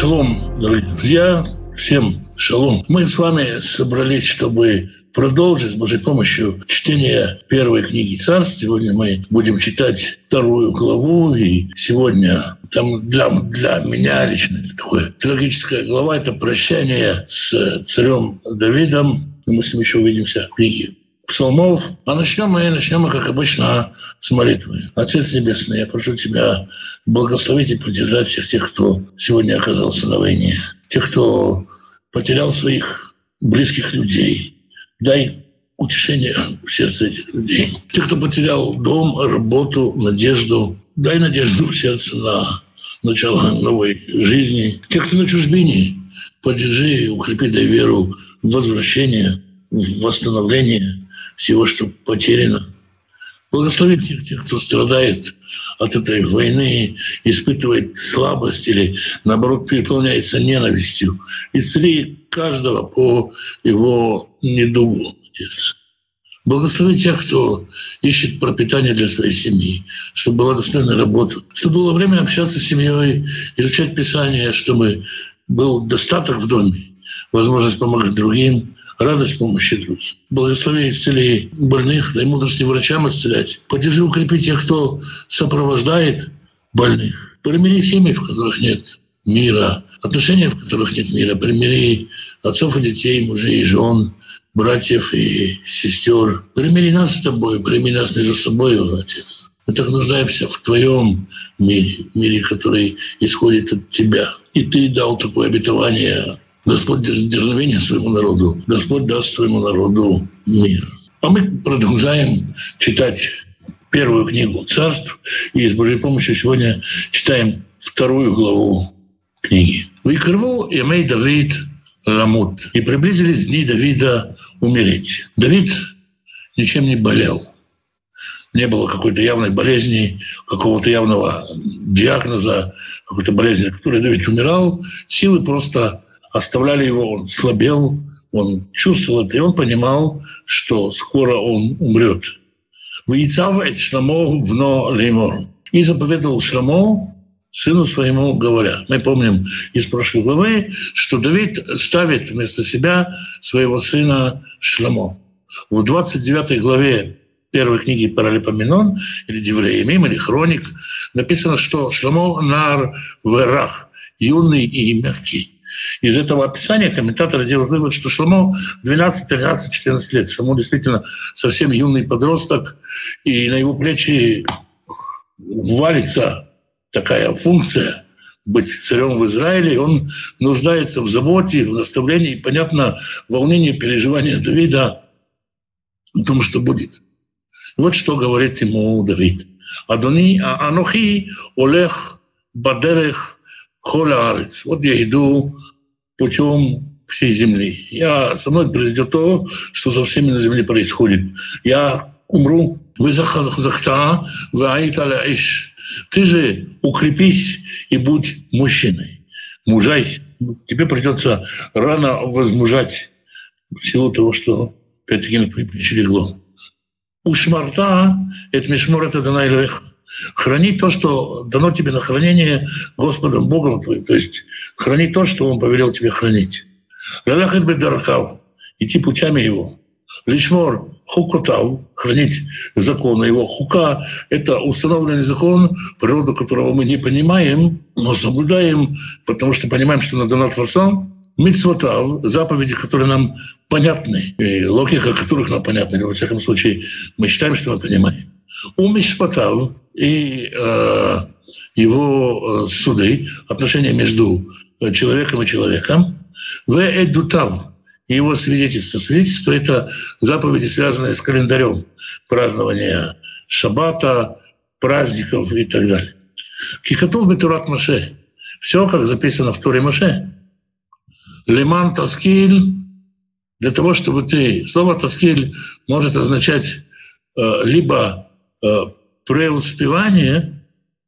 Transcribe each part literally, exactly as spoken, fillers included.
Шалом, дорогие друзья, всем шалом. Мы с вами собрались, чтобы продолжить с Божьей помощью чтение первой книги Царств. Сегодня мы будем читать вторую главу, и сегодня там для, для меня лично это такое трагическая глава, это прощание с царем Давидом. Мы с ним еще увидимся в книге Псалмов. А начнем мы, начнем мы, как обычно, с молитвы. Отец Небесный, я прошу Тебя благословить и поддержать всех тех, кто сегодня оказался на войне, тех, кто потерял своих близких людей. Дай утешение в сердце этих людей. Тех, кто потерял дом, работу, надежду, дай надежду в сердце на начало новой жизни. Тех, кто на чужбине, поддержи и укрепи, дай веру в возвращение, в восстановление всего, что потеряно. Благослови тех, тех, кто страдает от этой войны, испытывает слабость или, наоборот, переполняется ненавистью. Исцели каждого по его недугу, Отец. Благослови тех, кто ищет пропитание для своей семьи, чтобы была достойная работа, чтобы было время общаться с семьей, изучать Писание, чтобы был достаток в доме, возможность помогать другим, радость помощи другим. Благослови, исцели больных, дай мудрости врачам исцелять. Поддержи, укрепи тех, кто сопровождает больных. Примири семьи, в которых нет мира, отношения, в которых нет мира. Примири отцов и детей, мужей и жен, братьев и сестер. Примири нас с тобой, прими нас между собой, Отец. Мы так нуждаемся в Твоем мире, мире, который исходит от Тебя. И Ты дал такое обетование. Господь даст дерзновение своему народу. Господь даст своему народу мир. А мы продолжаем читать первую книгу Царств. И с Божьей помощью сегодня читаем вторую главу книги. «Выкрыву ямей Давид ламут». И приблизились дни Давида умереть. Давид ничем не болел. Не было какой-то явной болезни, какого-то явного диагноза, какой-то болезни, от которой Давид умирал. Силы просто оставляли его, он слабел, он чувствовал это, и он понимал, что скоро он умрет. «Ваицав эт Шломо вно леймор». И заповедовал Шломо сыну своему, говоря. Мы помним из прошлой главы, что Давид ставит вместо себя своего сына Шломо. В двадцать девятой главе первой книги Паралипоменон, или Девреямим, или Хроник, написано, что Шломо нар верах, юный и мягкий. Из этого описания комментаторы делают вывод, что Шломо двенадцать, тринадцать, четырнадцать лет. Шломо действительно совсем юный подросток, и на его плечи валится такая функция быть царем в Израиле. Он нуждается в заботе, в наставлении, и, понятно, волнении, переживания Давида о том, что будет. Вот что говорит ему Давид. «Адони анохи олех бадерех коль аарец». Вот я иду путем всей земли. Я, со мной произойдет то, что со всеми на земле происходит. Я умру. Вы захта, вы аиталя иш. Ты же укрепись и будь мужчиной. Мужайся. Тебе придется рано возмужать в силу того, что опять-таки на твои плечи легло. Ушмарта — это мишмор, это дана Элоэх. Храни то, что дано тебе на хранение Господом Богом твоим. То есть храни то, что Он повелел тебе хранить. Лалахет бедаркав — идти путями Его. Лишмор хукотав — хранить законы Его. Хука — это установленный закон, природу которого мы не понимаем, но соблюдаем, потому что понимаем, что она дана Творцом. Мицвотав — заповеди, которые нам понятны, и логика которых нам понятна. Во всяком случае, мы считаем, что мы понимаем. У Мишпатав и э, его суды, отношения между человеком и человеком, в Эдутав и его свидетельство. Свидетельство — это заповеди, связанные с календарем празднования шаббата, праздников и так далее. Кихатов бетурат Моше. Все, как записано в Торе Моше. Леман таскиль, для того, чтобы ты... Слово таскиль может означать э, либо э, преуспевание,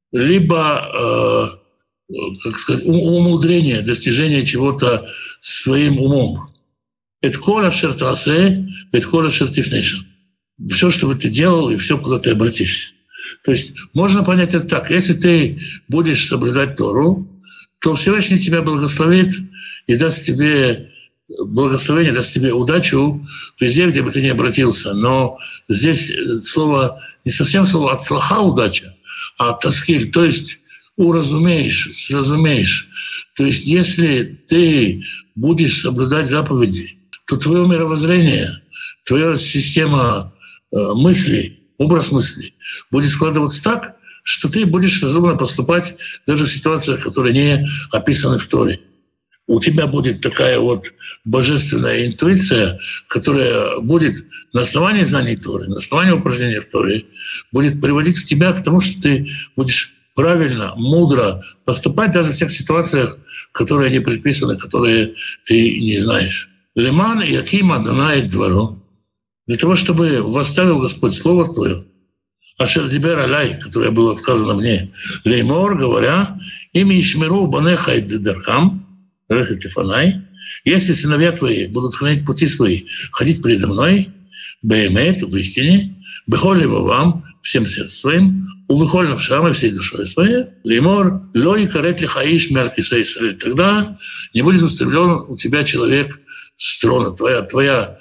либо э, как сказать, умудрение, достижение чего-то своим умом. Это кола шертасе, это кола шертифнейша. Все, что ты делал, и все, куда ты обратишься. То есть можно понять это так. Если ты будешь соблюдать Тору, то Всевышний тебя благословит и даст тебе благословение, даст тебе удачу везде, где бы ты ни обратился. Но здесь слово не совсем слово «ацлаха» — удача, а «таскиль», то есть уразумеешь, сразумеешь. То есть если ты будешь соблюдать заповеди, то твое мировоззрение, твоя система э, мыслей, образ мыслей будет складываться так, что ты будешь разумно поступать даже в ситуациях, которые не описаны в Торе. У тебя будет такая вот божественная интуиция, которая будет на основании знаний Торы, на основании упражнений в Торе, будет приводить к тебя к тому, что ты будешь правильно, мудро поступать даже в тех ситуациях, которые не предписаны, которые ты не знаешь. Леман яким Адонай двору, для того, чтобы восставил Господь Слово Твое, Ашер дибер алай, которое было сказано мне, леймор, говоря, ими ишмеру банеха и дедерхам, если сыновья твои будут хранить пути свои, ходить передо мной, беемет, в истине, бехоли вам, всем сердцем своим, увыхоль навшам и всей душой своей, леймор, лой карет лихаиш меркиса Исраэль, тогда не будет устремлен у тебя человек с трона, твоя, твоя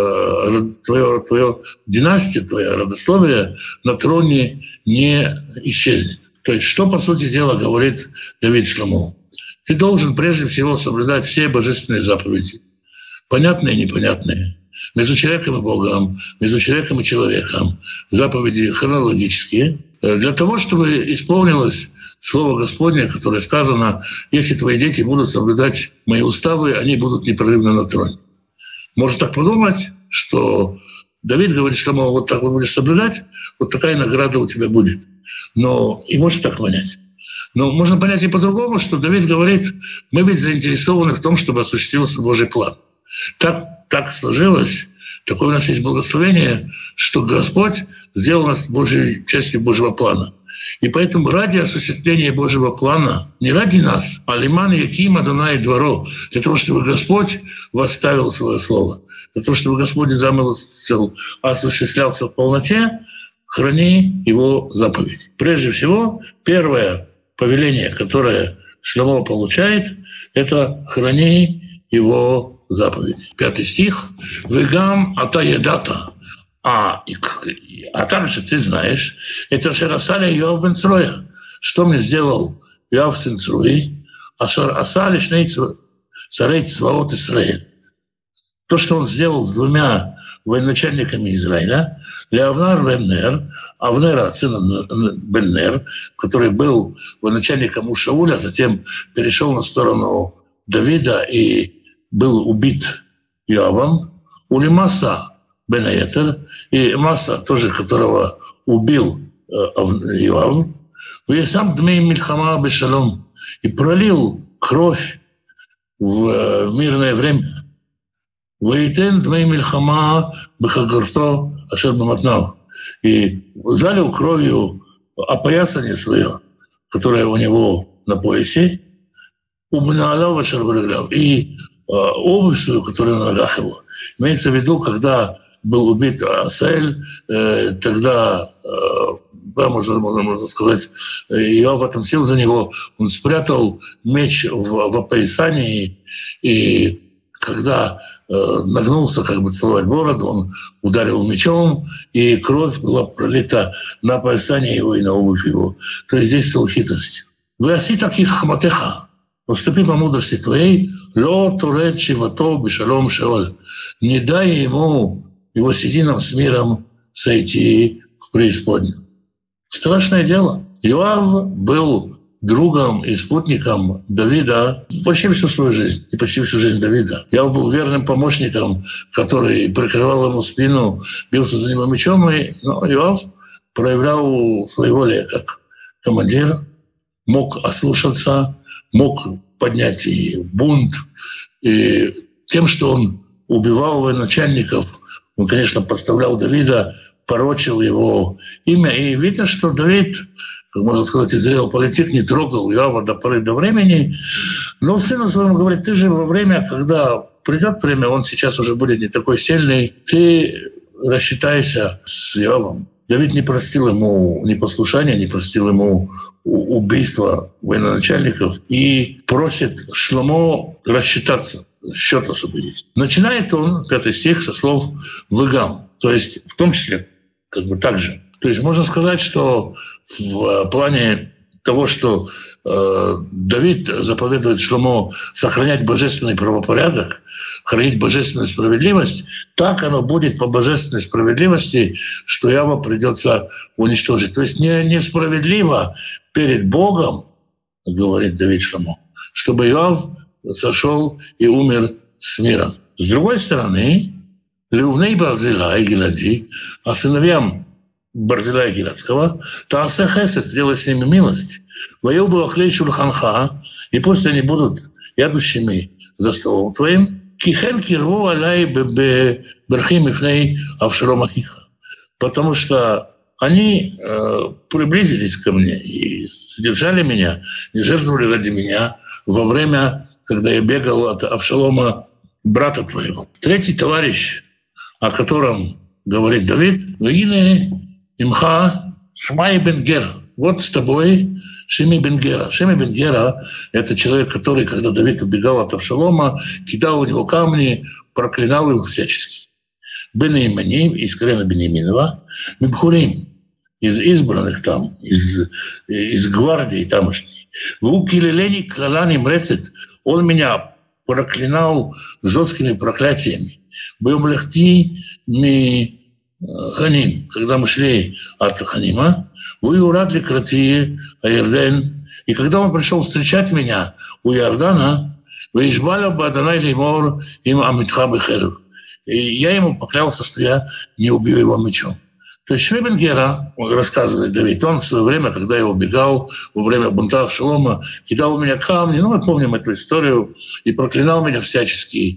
Твое, твое династия, твоя родословие на троне не исчезнет. То есть что, по сути дела, говорит Давид Шломо? Ты должен прежде всего соблюдать все божественные заповеди, понятные и непонятные, между человеком и Богом, между человеком и человеком, заповеди хронологические, для того, чтобы исполнилось Слово Господне, которое сказано: если твои дети будут соблюдать мои уставы, они будут непрерывно на троне. Можно так подумать, что Давид говорит, что, мол, вот так вот будешь соблюдать, вот такая награда у тебя будет. Но и можно так понять. Но можно понять и по-другому, что Давид говорит: мы ведь заинтересованы в том, чтобы осуществился Божий план. Так, так сложилось, такое у нас есть благословение, что Господь сделал нас Божьей частью Божьего плана. И поэтому ради осуществления Божьего плана, не ради нас, а лиман яким Адонай дворо, для того, чтобы Господь восставил свое слово, для того, чтобы Господь замысел осуществлялся в полноте, храни его заповедь. Прежде всего, первое повеление, которое Шломо получает, это храни его заповеди. Пятый стих. «Вегам ата едата». А, и, а также ты знаешь, это Шерасали Йоав бен Цруя. Что мне сделал Йоав сын Цруи? Ашар асали шней царей цваот Исраэль. То, что он сделал с двумя военачальниками Израиля, Леавнар бен Нер, Авнера, сына бен Нер, который был военачальником у Шауля, затем перешел на сторону Давида и был убит Йоавом, у Лимаса бен Аетер, и Маса, тоже которого убил Йоав, и сам Дмей Мильхама бешалом, и пролил кровь в мирное время. Вейтен Дмей Мильхама бехагурто ашер баматнав, и залил кровью опоясание свое, которое у него на поясе, убнаалав ашер барагляв, и обувь свою, которая на ногах его. Имеется в виду, когда был убит Асаэль, тогда, да, можно, можно сказать, Иов отомстил за него, он спрятал меч в, в опоясании, и когда нагнулся как бы целовать бороду, он ударил мечом, и кровь была пролита на опоясание его и на обувь его. То есть здесь стала хитрость. «Вы оси таких хаматеха». Поступи по мудрости твоей, ло турет чивато бешалом шеоль. Не дай ему, его сединам с миром, сойти в преисподнюю. Страшное дело. Йоав был другом и спутником Давида почти всю свою жизнь и почти всю жизнь Давида. Йоав был верным помощником, который прикрывал ему спину, бился за него мечом, и ну, Йоав проявлял своеволие как командир, мог ослушаться, мог поднять и бунт. И тем, что он убивал военачальников, он, конечно, подставлял Давида, порочил его имя. И видно, что Давид, как можно сказать, изрел политик, не трогал Йоава до поры до времени. Но сыну своему говорит: ты же во время, когда придет время, он сейчас уже будет не такой сильный, ты рассчитайся с Йоавом. Давид не простил ему непослушания, не простил ему убийства военачальников и просит Шломо рассчитаться. Счет особый есть. Начинает он, пятый стих, со слов «выгам», то есть в том числе как бы так же. То есть можно сказать, что в плане того, что э, Давид заповедует Шломо сохранять божественный правопорядок, хранить божественную справедливость, так оно будет по божественной справедливости, что Иова придется уничтожить. То есть не, несправедливо перед Богом, говорит Давид Шломо, чтобы Иов сошел и умер с миром. С другой стороны, Леувней Барзила и Гилади, а сыновьям Барзила и Гиладского, Таасе Хесед, сделай с ними милость. Воел бы охлей шульханха, и пусть они будут ядущими за столом твоим, кихен кирву алай берхим ифней Авшалом ахиха. Потому что они э, приблизились ко мне и содержали меня, и жертвовали ради меня во время, когда я бегал от Авшалома, брата твоего. Третий товарищ, о котором говорит Давид, «Вегине имха Шмай бен Гера». Вот с тобой Шими бен Гера. Шими бен Гера — это человек, который, когда Давид убегал от Авшалома, кидал у него камни, проклинал его всячески. Бенеиманим, из колена Бенеминова, Мибхурим, из избранных там, из, из гвардии тамошней. В Килелени Клалани Мрецет, он меня проклинал жесткими проклятиями. Был легти ми Ханим, когда мы шли от Ханима, вы урадли кратие Айрден, и когда он пришел встречать меня у Иордана, вы ишбаля баданай лимор им амитха бехерев. И я ему поклялся, что я не убью его мечом. То есть Шми бен Гера, рассказывает Давид, он в свое время, когда я убегал, во время бунта Авшалома, кидал в меня камни, ну, мы помним эту историю, и проклинал меня всячески.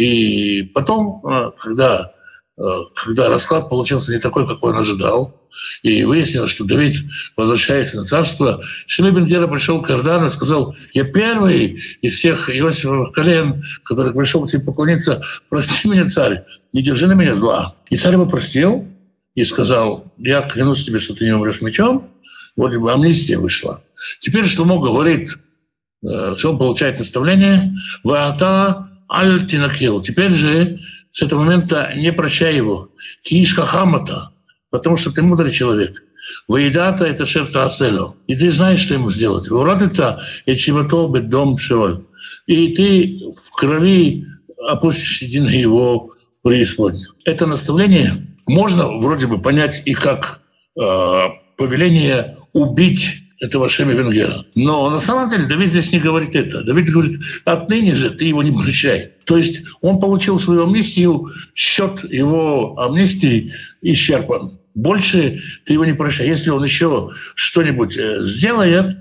И потом, когда, когда расклад получился не такой, какой он ожидал, и выяснилось, что Давид возвращается на царство, Шми бен Гера пришел к Иордану и сказал: «Я первый из всех Иосифовых колен, который пришел к тебе поклониться, прости меня, царь, не держи на меня зла». И царь его простил и сказал: «Я клянусь тебе, что ты не умрешь мечом». Вот бы амнистия вышла. Теперь Шломо говорит, что он получает наставление: «Ваата аль тинакил». Теперь же с этого момента не прощай его. «Киишка хамата», потому что ты мудрый человек. «Воедата» — это шерта асело. И ты знаешь, что ему сделать. «Вуратата» — эчивато бедом шеоль. И ты в крови опустишь едино его в преисподнюю. Это наставление можно вроде бы понять и как э, повеление убить этого Шеми бен Гера. Но на самом деле Давид здесь не говорит это. Давид говорит: отныне же ты его не прощай. То есть он получил свою амнистию, счет его амнистии исчерпан. Больше ты его не прощай. Если он еще что-нибудь сделает,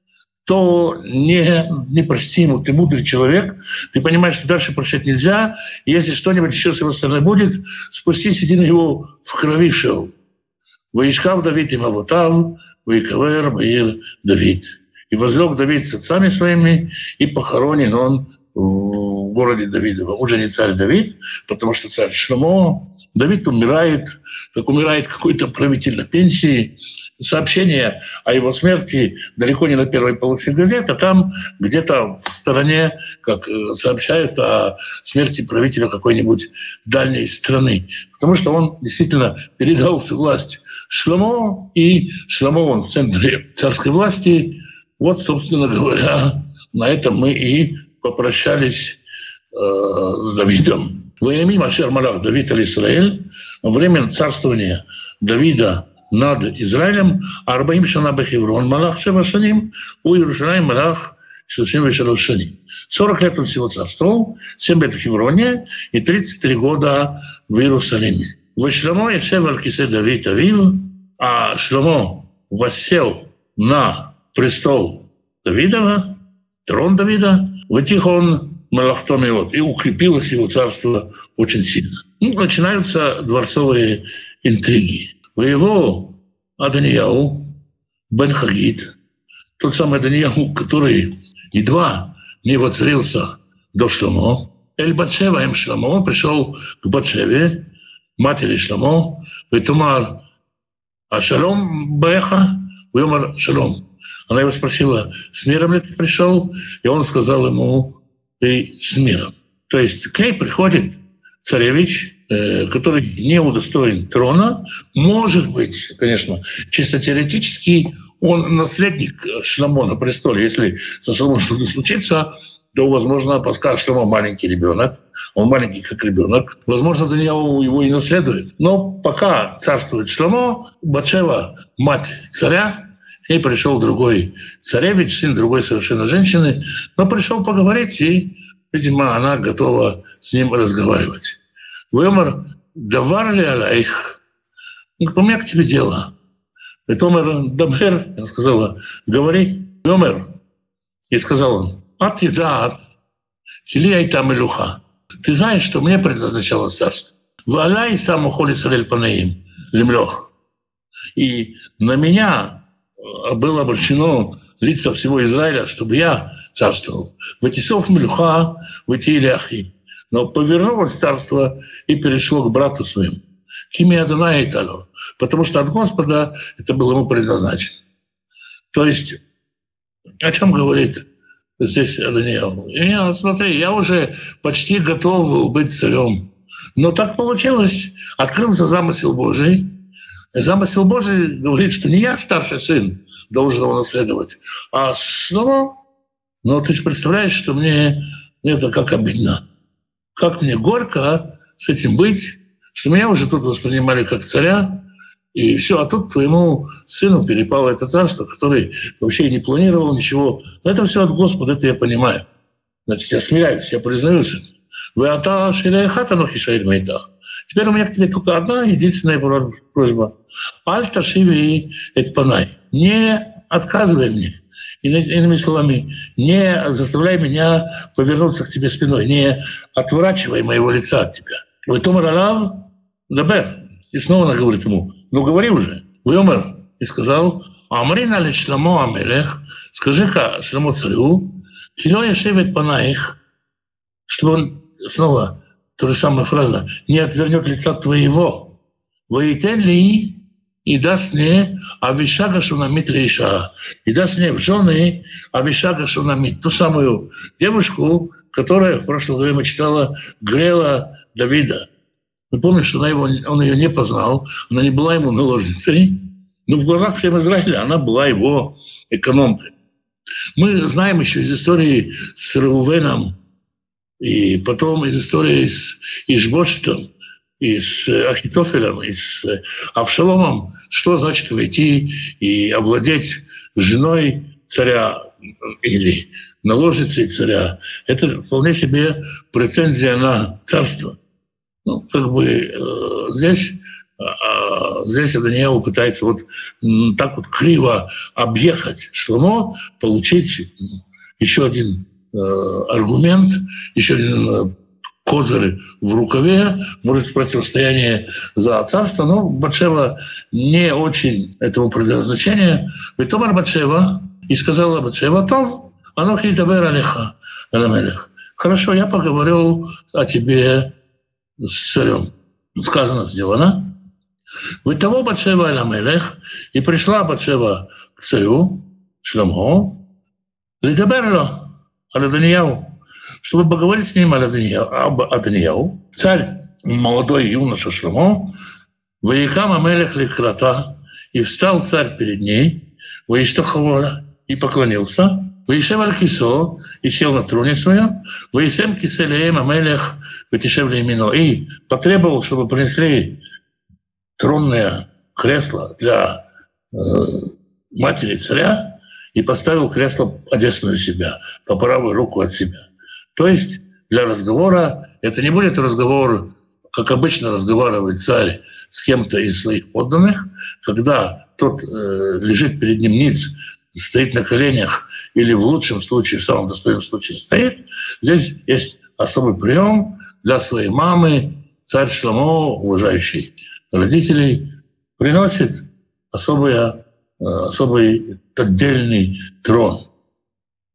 то не, не прости ему. Ты мудрый человек, ты понимаешь, что дальше прощать нельзя. Если что-нибудь еще с его стороны будет, спусти седину его в крови шел. «Ваишкав Давид им авотав, ваикавер баир Давид». И возлег Давид с отцами своими, и похоронен он в городе Давидова. Уже не царь Давид, потому что царь Шломо. Давид умирает, как умирает какой-то правитель на пенсии. Сообщение о его смерти далеко не на первой полосе газет, а там где-то в стороне, как сообщают о смерти правителя какой-нибудь дальней страны. Потому что он действительно передал всю власть Шломо, и Шломо он в центре царской власти. Вот, собственно говоря, на этом мы и попрощались э, с Давидом. «Воемим ашер малах Давид аль Исраэль», время царствования Давида над Израилем, «Арбаим шана бехеврон малах шева шаним, у Иерушалаим малах шешим вешалош шаним». сорок лет он всего царствовал, семь лет в Хевроне и тридцать три года в Иерусалиме. «Во Шломо ешев аль кисе Давид авив», а Шломо воссел на престол Давидова, трон Давида, «Ватих он малахтом иот», и укрепилось его царство очень сильно. И начинаются дворцовые интриги. Его Аданияу бен Хагит, тот самый Аданияу, который едва не воцарился до Шломо, Эль Батшева им Шломо, он пришел к Батшеве, матери Шломо, Ветумар А шалом бэха, вымар шалом. Она его спросила, с миром ли ты пришел? И он сказал ему, ты с миром. То есть к ней приходит царевич, э, который не удостоен трона. Может быть, конечно, чисто теоретически он наследник Шломо на престоле. Если со Шломо что-то случится, то, возможно, поскольку Шломо маленький ребенок, он маленький как ребенок, возможно, Даниил его и наследует. Но пока царствует Шломо, Батшева, мать царя, к ней пришел другой царевич, сын другой совершенно женщины, но пришел поговорить, и, видимо, она готова с ним разговаривать. Вымар, давар ли алейх? У меня к тебе дело. Витомер Дабер, она сказала, говори, Вымар. И сказал он, а ты да, кили айта мелуха. Ты знаешь, что мне предназначалось царство. Валяй сам уходит Исраэль панаим, лемлёх. И на меня было обращено лица всего Израиля, чтобы я царствовал. Ватисов мелюха, ватиляхи. Но повернулось царство и перешло к брату своему. Кими Адонай и Тало. Потому что от Господа это было ему предназначено. То есть, о чем говорит здесь Даниил? Я, смотри, я уже почти готов был быть царем. Но так получилось. Открылся замысел Божий. Замысел Божий говорит, что не я, старший сын, должен его наследовать, а что? Но ты же представляешь, что мне, мне это как обидно. Как мне горько с этим быть, что меня уже тут воспринимали как царя, и все, а тут твоему сыну перепало это царство, который вообще не планировал ничего. Но это все от Господа, это я понимаю. Значит, я смиряюсь, я признаюсь. Вы ата шиляхата нохишаиль мейта. Теперь у меня к тебе только одна единственная просьба. Аль ташиви эт панай. Не отказывай мне. Иными словами, не заставляй меня повернуться к тебе спиной, не отворачивай моего лица от тебя. Витомер алав дабер. И снова она говорит ему, ну говори уже. Вымер. И сказал, амрина ли Шломо амелех, скажи-ка Шломо царю, кило яшевет панаих, чтобы он снова... Та же самая фраза. «Не отвернет лица твоего». «Воитен ли и даст мне авишага шунамит лейша». И даст мне в жены авишага шунамит. Ту самую девушку, которая в прошлое время читала, грела Давида. Вы помните, что она его, он ее не познал, она не была ему наложницей, но в глазах всем Израиля она была его экономкой. Мы знаем еще из истории с Реувеном, и потом из истории с Ишбошетом, и с Ахитофелем, и с Авшаломом, что значит войти и овладеть женой царя или наложницей царя. Это вполне себе претензия на царство. Ну, как бы э, здесь, э, здесь Даниил пытается вот так вот криво объехать Шломо, получить еще один аргумент, еще один козырь в рукаве, может, противостояние за царство, но Батшева не очень этому предназначение. Витомар Батшева, и сказала Батшева, то анохи табер алеха аламелех. Хорошо, я поговорю о тебе с царем. Сказано, сделано. Вы того Батшева аламелех, и пришла Батшева к царю Шломо, литаберло, Даниил, чтобы поговорить с ним об Даниил. Царь, молодой юноша Шломо, «Ваикам амелех ликрата», и встал царь перед ней, «Ваиштахавора», и поклонился, «Ваишев аль-кисо», и сел на троне своем, «Ваисем киселеем амелех ватишев леймино», и потребовал, чтобы принесли тронное кресло для э, матери царя, и поставил кресло одесную себя, по правую руку от себя. То есть для разговора, это не будет разговор, как обычно разговаривает царь с кем-то из своих подданных, когда тот э, лежит перед ним ниц, стоит на коленях, или в лучшем случае, в самом достойном случае стоит. Здесь есть особый прием для своей мамы. Царь Шломо, уважающий родителей, приносит особое особый отдельный трон.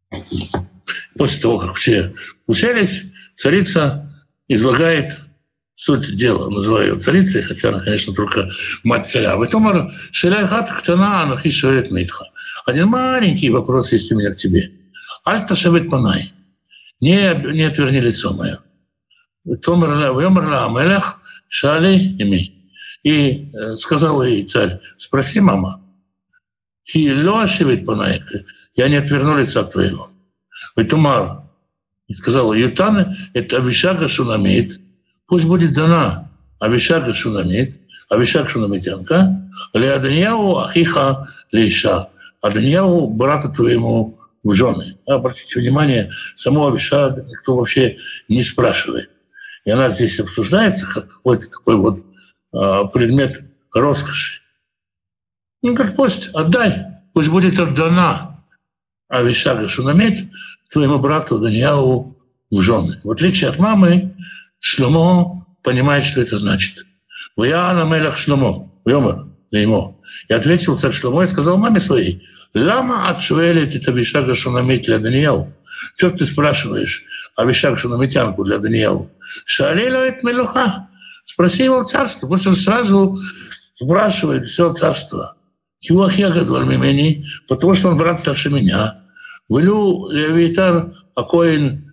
После того, как все уселись, царица излагает суть дела, называю ее царицей, хотя она, конечно, только мать царя. «Вэтомар шеляхат ктана анахи шевет митха». Один маленький вопрос есть у меня к тебе. «Аль ташевет панай». Не, не отверни лицо мое. «Вэтомар амелех шали ими». И сказал ей царь: «Спроси, мама». «Ки лё шевет панай». Я не отверну лица твоего. «Вэтомар». И сказал: «Ютан — это Авишага Шунамит. Пусть будет дана Авишага Шунамит, Авишаг Шунамитянка, Леаданьяу Ахиха Лейша, Аданьяу брата твоему в жены». Обратите внимание, саму Авишаг никто вообще не спрашивает. И она здесь обсуждается как какой-то такой вот а, предмет роскоши. Он говорит: пусть отдай, пусть будет отдана Авишага Шунамит твоему брату Данияу в жены. В отличие от мамы, Шломо понимает, что это значит. «Ваяна мелах Шломо, вьомер леймо». И ответил царь Шломо и сказал маме своей: «Лама отшвелит это Авишага Шунамит для Данияу». Что ты спрашиваешь Авишаг Шунамитянку для Данияу? «Шалила это мелуха». Спроси его царство, пусть он сразу спрашивает все царство. Потому что он брат старше меня. «Велю Левитар Акоин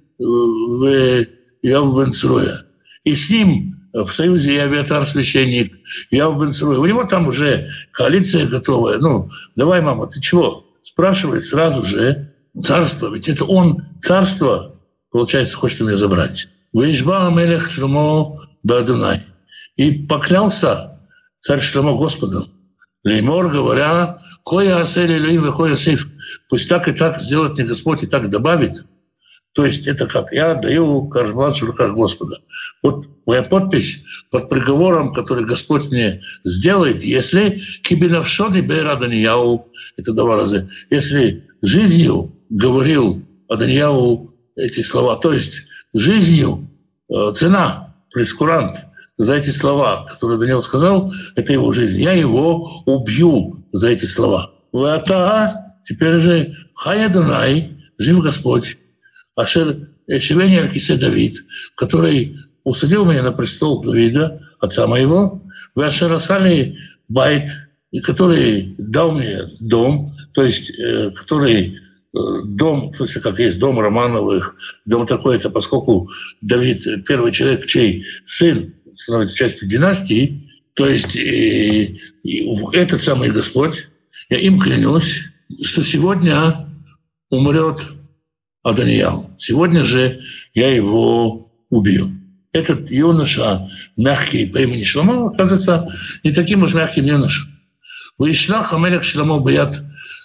в Яв бен Цруя». И с ним в союзе и Авиатар священник, Яв бен Цруя. У него там уже коалиция готовая. Ну, давай, мама, ты чего? Спрашивает сразу же царство. Ведь это он царство, получается, хочет у меня забрать. «Ваишба амелех Шломо беадонай». И поклялся царь Шломо Господом. Леймор, говоря: «Коя асели лейм вехоя сейф». Пусть так и так сделает мне Господь, и так добавит. То есть это как я даю карт-бланш в руках Господа. Вот моя подпись под приговором, который Господь мне сделает, если кибинавшоди бейра Данияу, это два раза, если жизнью говорил о Данияу эти слова, то есть жизнью, цена, прескурант за эти слова, которые Даниил сказал, это его жизнь. Я его убью за эти слова. Вата, теперь же хая Дунай, жив Господь. Ашер Эшевени Алькисе Давид, который усадил меня на престол Давида, отца моего, в Ашер Асали Байт, и который дал мне дом, то есть э, который э, дом, в смысле, как есть дом Романовых, дом такой-то, поскольку Давид первый человек, чей сын становится частью династии, то есть и, и этот самый Господь, я им клянусь, что сегодня умрет Аданияу. Сегодня же я его убью. Этот юноша, мягкий по имени Шломо, оказывается не таким уж мягким юношей. «Ваишлах амелех Шломо баят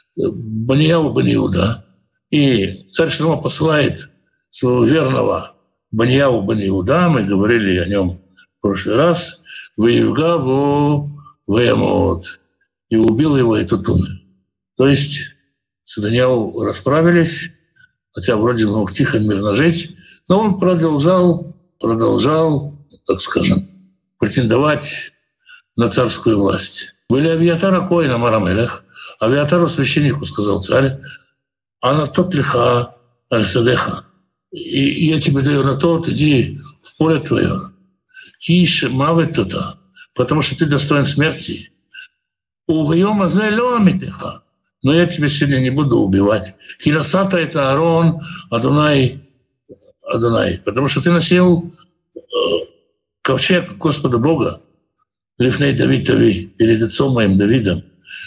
Банияу бен Иуда». И царь Шломо посылает своего верного Банияу бен Иуда, мы говорили о нем в прошлый раз, «Ваивгаву ваямот», и убил его и тут умер. То есть с Данияу расправились, хотя вроде бы мог тихо, мирно жить, но он продолжал, продолжал, так скажем, претендовать на царскую власть. Были Авиатара Коина Марамелех, Авиатару священнику сказал царь: «Ана тот лиха аль-садеха». И я тебе даю на то, иди в поле твое. Киш мавет тута, потому что ты достоин смерти. Увьема зе леомитеха. Но я тебя сегодня не буду убивать. Киносата — это Аарон, Адонай, Адонай. Потому что ты носил э, ковчег Господа Бога, Лифней Давид Тави, перед отцом моим Давидом.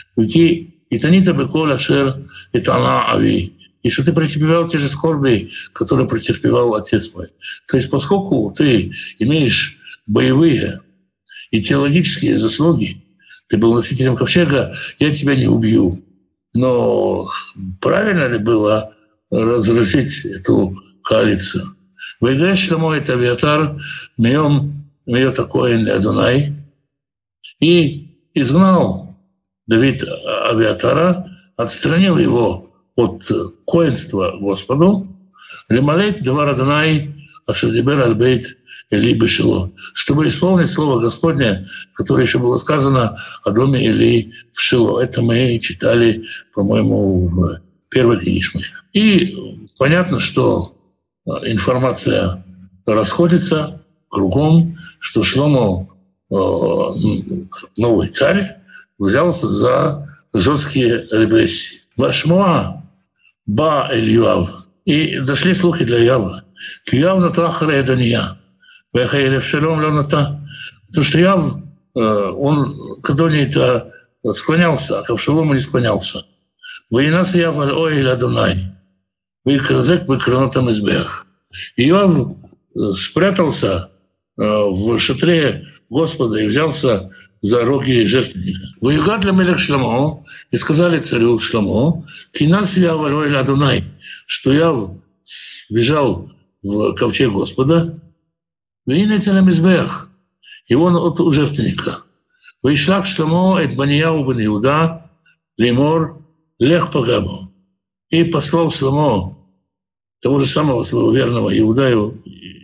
И танита беколь ашер и тана ави. И что ты претерпевал те же скорби, которые претерпевал отец мой. То есть поскольку ты имеешь боевые и теологические заслуги, ты был носителем ковчега, я тебя не убью. Но правильно ли было разрушить эту коалицию? «Ваигреш Шломо это Авиатар, меем меет Акоин Адонай». И изгнал Давид Авиатара, отстранил его от коинства Господу, «Лемалейт девар Адонай ашер дибер аль бейт Эли бешело», чтобы исполнить слово Господне, которое еще было сказано о доме Или в Шило. Это мы читали, по-моему, в первой книге Шмуэля. И понятно, что информация расходится. кругом, что Шломо, новый царь, взялся за жесткие репрессии. Вашмуа ба эль Йоав. И дошли слухи для Йоава. Йоав ната ахарей Адония. Вехай Авшалом ло ната. Потому что Йоав, он к Адонии-то склонялся, а к Авшалому не склонялся. Ваинас Йоав аль оэль Адонай. Вейкразек бекранотам избех. Йоав спрятался в шатре Господа и взялся за роги жертвенника. Воюгад для мелех Шломо, и сказали царю Шломо, «Кинас Йоав аль оэль Адонай», что Йоав бежал в ковчег Господа, «Вейнецелем избех», и он от у жертвенника. «Вейшлах Шломо эт Банияу бен Иуда, леймор лех пагабу». И послал Шломо того же самого своего верного Иудаю,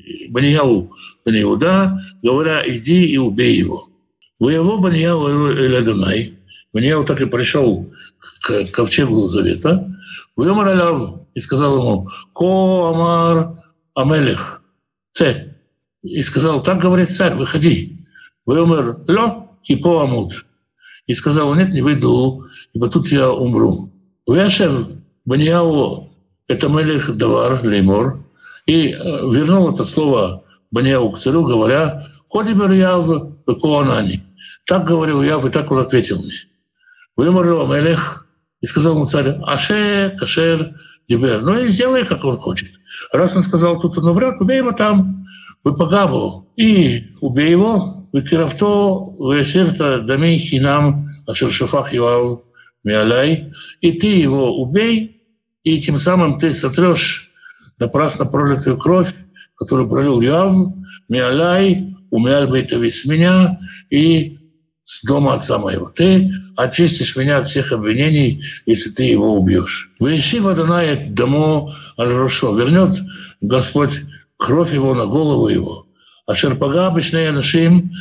Банияу бен Иуда, говоря, иди и убей его. Воево Банияу эль Адонай. Банияу так и пришел к ковчегу Завета. Воемар аляв, и сказал ему, ко амар амелех, це. И сказал, так говорит царь, выходи. Воемар ло, кипо амут. И сказал, нет, не выйду, ибо тут я умру. Уяшев Банияу, это мелех давар леймор, и вернул это слово Банияу к царю, говоря, «Ходибер Яв бекоанани». Так говорил Яв, и так он ответил мне. «Выморил мелех», и сказал ему царь, «Аше, кашер, дибер». Ну и сделай, как он хочет. Раз он сказал, тут он умрет, убей его там, вы погабу. И убей его, вы киравто, вы серта дами хинам, ашер шафах Йоав миалай. И ты его убей, и тем самым ты сотрешь напрасно пролитую кровь, которую пролил Йоав, миалай, умиаль бейтави с меня и с дома отца моего. Ты очистишь меня от всех обвинений, если ты его убьешь. Ваишив Адонай дамо аль-Рошо. Вернет Господь кровь его на голову его. Ашер пага бешней анашим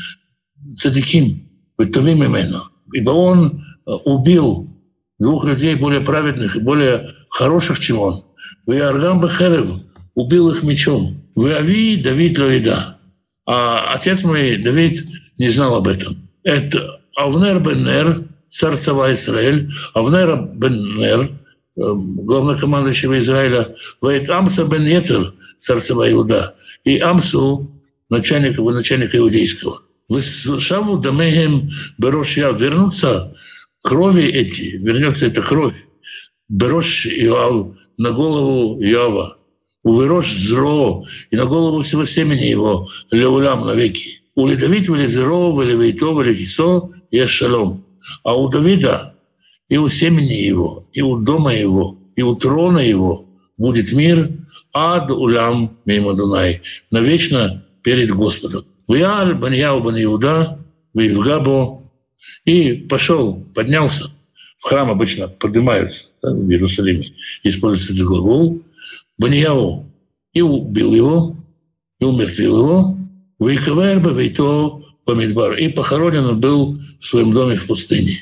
цадиким, бетовим именно. Ибо он убил двух людей более праведных и более хороших, чем он. Вы Аргам Бехерев убил их мечом. Вы Ави Давид Лоида. А отец мой Давид не знал об этом. Это Авнер бен Нер, царь царства Израиль, Авнер бен Нер, главнокомандующего Израиля, Ваит Амса бен Етер, царь царства Иуда, и Амсу, начальника, начальника иудейского. Вы шаву дамехем берош Яв, вернутся крови эти, вернется эта кровь, берош Иоав, на голову Иова, уверош зро, и на голову всего семени его, леулям навеки. У Давид вели зеро, вели вейто, вели кисо, и шалом. А у Давида и у семени его, и у дома его, и у трона его будет мир ад улям мимо Дунай, навечно перед Господом. Вял Банияу бен Иуда, Вейвгабо, и пошел, поднялся. В храм обычно поднимаются, да, в Иерусалиме, используется этот глагол. Банияу и убил его, и умертвил его, Вейкаверба, Вейто, Помидбар. И похоронен он был в своем доме в пустыне.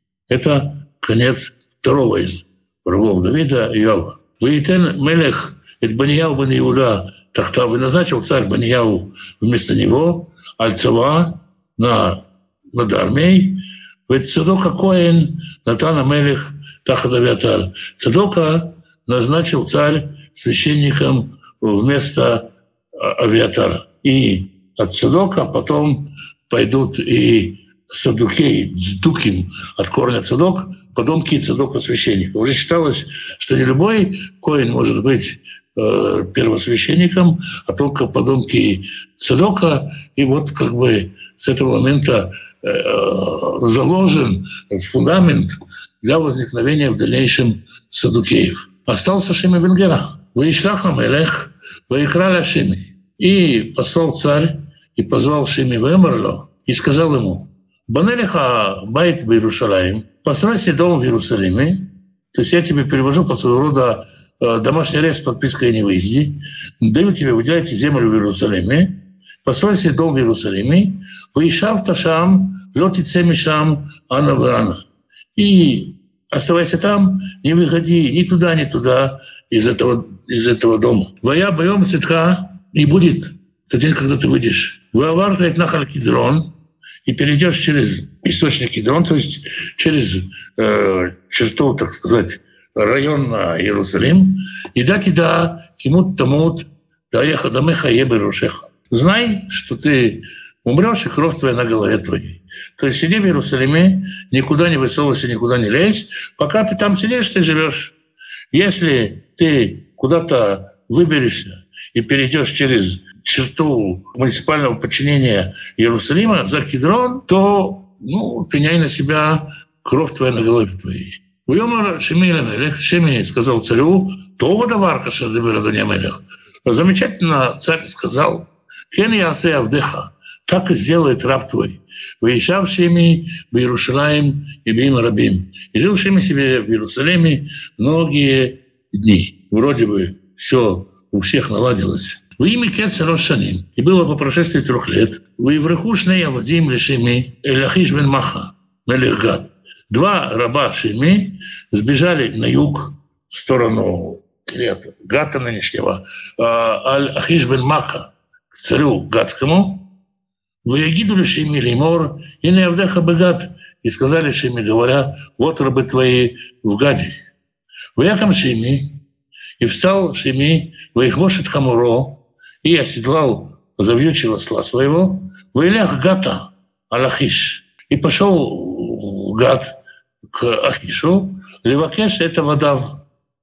Это конец второго из врагов Давида, Иова. Вейтен Мелех, это Банияу бен Иуда, Тахтав, и назначил царь Банияу вместо него, Аль-Цава, на, над армией. Ведь Цадока Коэн, Натана Мелех, Тахат Авиатар. Цадока назначил царь священником вместо Авиатара. И от Цадока потом пойдут и Садукей, Цдуким, от корня Цадок, потомки Цадока священника. Уже считалось, что не любой коэн может быть э, первосвященником, а только потомки Цадока. И вот как бы с этого момента э, заложен фундамент для возникновения в дальнейшем Садукеев. Остался Шими бен Гера. Ваишлах Амелех, ваикра Шими. И послал царь и позвал Шими Вемерло и сказал ему: «Банелиха байт в Иерусалим, постройся дом в Иерусалиме». То есть я тебе перевожу под своего рода домашний арест с подпиской о невыезде. Даю тебе, выделяйте землю в Иерусалиме, постройся дом в Иерусалиме, «Ваишав ташам, лотице мишам, ана вана». И оставайся там, не выходи ни туда, ни туда из этого, из этого дома. «Вая боем цитха», и будет тот день, когда ты выйдешь, выавартает нахаль Кидрон, и перейдешь через источник Кидрон, то есть через э, черту, так сказать, район на Иерусалим, и да туда кимут тамут, да яха дамеха ебе рушеха. Знай, что ты умрешь, и кровь твоя на голове твоей. То есть сиди в Иерусалиме, никуда не высовывайся, никуда не лезь. Пока ты там сидишь, ты живешь. Если ты куда-то выберешься и перейдешь через черту муниципального подчинения Иерусалима за Кидрон, то ну, пеняй на себя кровь твоя на голове твоей. Уйомар Шимей Ламелех, Шимей сказал царю, то давар кашер дебер Адония Мелех. Замечательно царь сказал, кен ясе авдеха, так и сделает раб твой. Выезжав Шимей в Иерусалим и бим рабим. И жил Шимей себе в Иерусалиме многие дни. Вроде бы все у всех наладилось. В имя Кецер Рошаним, и было по прошествии трех лет, в Евреху Шнея Вадим Лешими Элахиш бен Маха, Мелех Гад. Два раба Шими сбежали на юг в сторону Гата нынешнего, Аль-Ахиш бен Мака, к царю Гадскому, в Ягиду Лешими Леймор, и не Авдеха Бегад, и сказали Шими, говоря, вот рабы твои в Гаде. В Якам Шими, и встал Шими, в Ихмошет Хамуро, и оседлал завьючил осла своего, в Илях Гата, Аль-Ахиш, и пошел в Гат к Ахишу, Левакеш — это водав,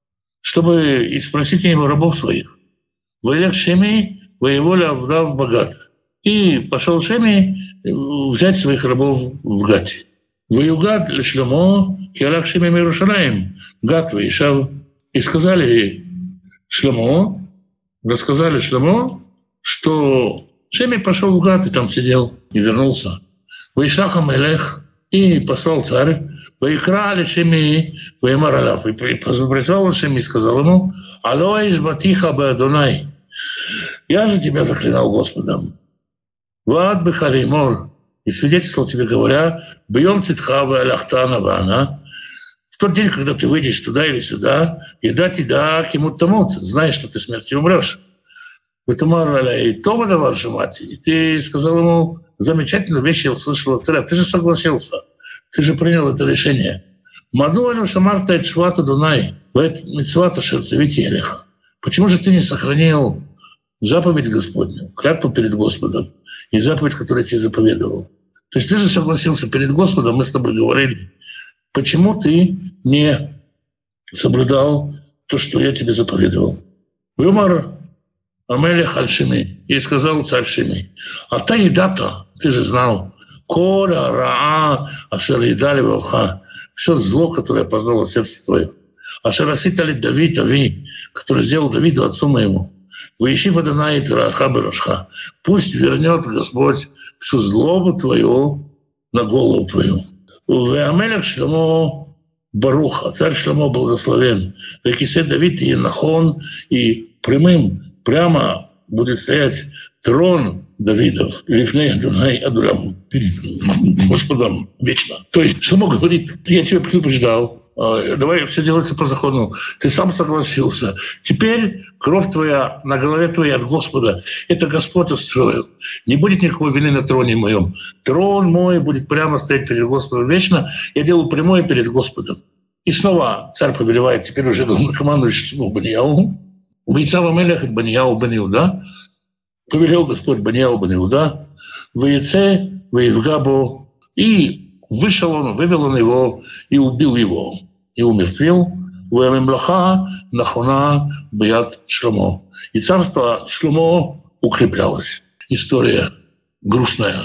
чтобы и спросить у него рабов своих. В Илях Шеми, воеволя вдав Багат. И пошел Шеми взять своих рабов в Гате. Воюгад Шломо, Киалах Шеми Мирушалаем, Гат Ваишав. И сказали Шломо, рассказали Шломо, что Шеми пошел в Гат и там сидел, и вернулся. Ваишаха Мелех, и послал царь, Ваикрали Шеми, Ваимар Алаф, и призвал Шеми и сказал ему, Алоиш Батиха Беадонай, я же тебя заклинал Господом. Ваад Бехалимор, и свидетельствовал тебе, говоря, Бьем Цитха Валяхтана Вана, в тот день, когда ты выйдешь туда или сюда, и дать и да кему тамут, знаешь, что ты смертью умрешь. И ты сказал ему замечательную вещь, я услышал от царя. Ты же согласился, ты же принял это решение. Почему же ты не сохранил заповедь Господню, клятву перед Господом и заповедь, которую я тебе заповедовал? То есть ты же согласился перед Господом, мы с тобой говорили. Почему ты не соблюдал то, что я тебе заповедовал? Юмор Амелех Аль-Шими, и сказал царь Шими, а та еда-то, ты же знал, коля, раа, ашер едали вавха, все зло, которое я познал от сердца твоего. Ашер аситали Давид, Ави, который сделал Давиду отцу моему. Выищи Адонай Тираха Берашха, пусть вернет Господь всю злобу твою на голову твою. В Амелех Шломо Барух, а царь Шломо благословен. Векисе Давид и Нахон, и прямым прямо будет стоять трон Давидов, Лифней Адонай Адулам, перед Господом вечно. То есть Шломо говорит, я тебя предупреждал, давай все делается по закону. Ты сам согласился. Теперь кровь твоя на голове твоей от Господа. Это Господь устроил. Не будет никакой вины на троне моем. Трон мой будет прямо стоять перед Господом вечно. Я делаю прямое перед Господом. И снова царь повелевает, теперь уже главнокомандующий Банияу. Вейцава Мелех Банияу бен Иуда. Повелел Господь Банияу бен Иуда. Вейце, Вейвгабо. И вышел он, вывел он его и убил его. И умертвил. Вемемлаха нахона бьят Шломо. И царство Шломо укреплялось. История грустная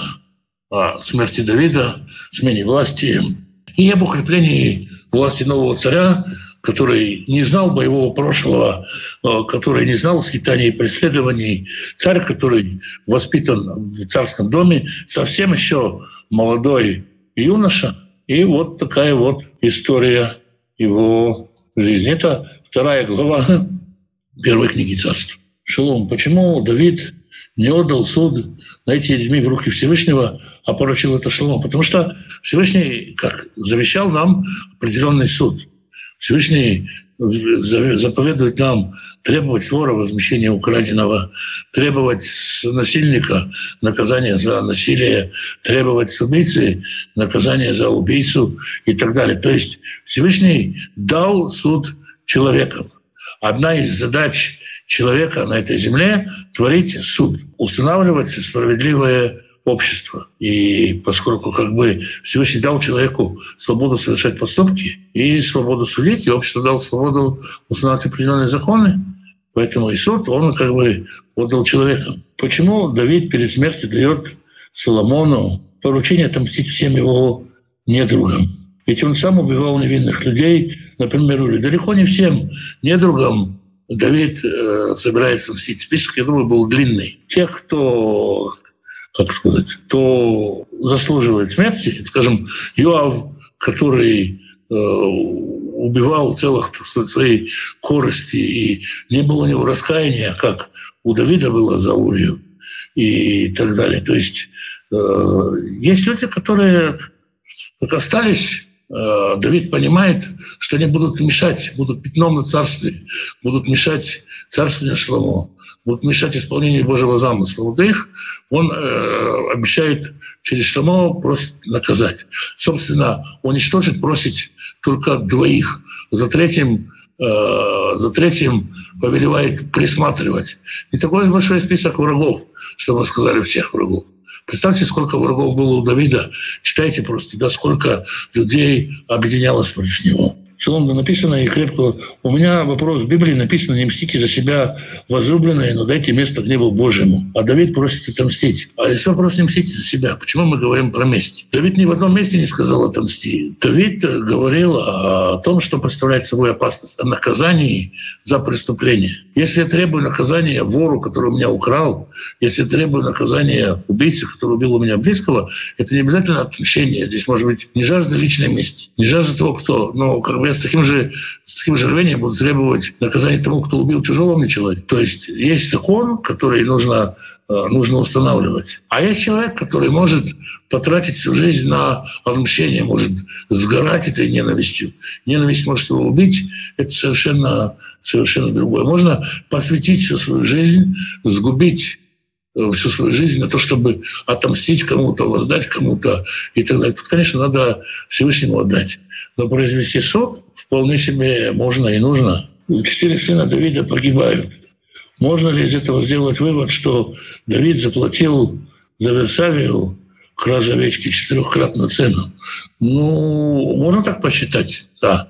о смерти Давида, смене власти и об укреплении власти нового царя, который не знал боевого прошлого, который не знал скитаний и преследований. Царь, который воспитан в царском доме, совсем еще молодой юноша. И вот такая вот история его жизни. Это вторая глава первой книги Царств. Шалом. Почему Давид не отдал суд на эти людьми в руки Всевышнего, а поручил это Шалому? Потому что Всевышний, как завещал нам определенный суд. Всевышний заповедует нам требовать с вора возмещения украденного, требовать с насильника наказания за насилие, требовать с убийцы наказания за убийцу и так далее. То есть Всевышний дал суд человекам. Одна из задач человека на этой земле — творить суд, устанавливать справедливое общество. И поскольку как бы Всевышний дал человеку свободу совершать поступки и свободу судить, и общество дало свободу устанавливать определенные законы, поэтому и суд он как бы отдал человекам. Почему Давид перед смертью дает Соломону поручение отомстить всем его недругам? Ведь он сам убивал невинных людей, например, или далеко не всем недругам Давид э, собирается мстить. Список, я думаю, был длинный. Тех, кто, как сказать, кто заслуживает смерти, скажем, Йоав, который э, убивал целых своей корости, и не было у него раскаяния, как у Давида было за Урию и так далее. То есть э, есть люди, которые как остались. Давид понимает, что они будут мешать, будут пятном на царстве, будут мешать царствованию Шломо, будут мешать исполнению Божьего замысла. Вот их он э, обещает через Шломо просит наказать. Собственно, уничтожить просит только двоих. За третьим, э, за третьим повелевает присматривать. Не такой большой список врагов, что мы сказали, всех врагов. Представьте, сколько врагов было у Давида. Читайте просто, да, сколько людей объединялось против него. Шалом, да написано и крепко. У меня вопрос в Библии написано: не мстите за себя, возлюбленные, но дайте место гневу Божьему. А Давид просит отомстить. А если вопрос: не мстите за себя, почему мы говорим про месть? Давид ни в одном месте не сказал отомсти. Давид говорил о том, что представляет собой опасность, о наказании за преступление. Если я требую наказания вору, который у меня украл, если я требую наказания убийце, который убил у меня близкого, это не обязательно отмщение. Здесь может быть не жажда личной мести, не жажда того, кто, но как бы я с таким же, с таким же рвением буду требовать наказания тому, кто убил чужого мне человека. То есть есть закон, который нужно, нужно устанавливать. А есть человек, который может потратить всю жизнь на отмщение, может сгорать этой ненавистью. Ненависть может его убить. Это совершенно, совершенно другое. Можно посвятить всю свою жизнь, сгубить всю свою жизнь на то, чтобы отомстить кому-то, воздать кому-то и так далее. Тут, конечно, надо Всевышнему отдать. Но произвести суд вполне себе можно и нужно. Четыре сына Давида погибают. Можно ли из этого сделать вывод, что Давид заплатил за Версавию, кражу овечки, четырехкратную цену? Ну, можно так посчитать, да.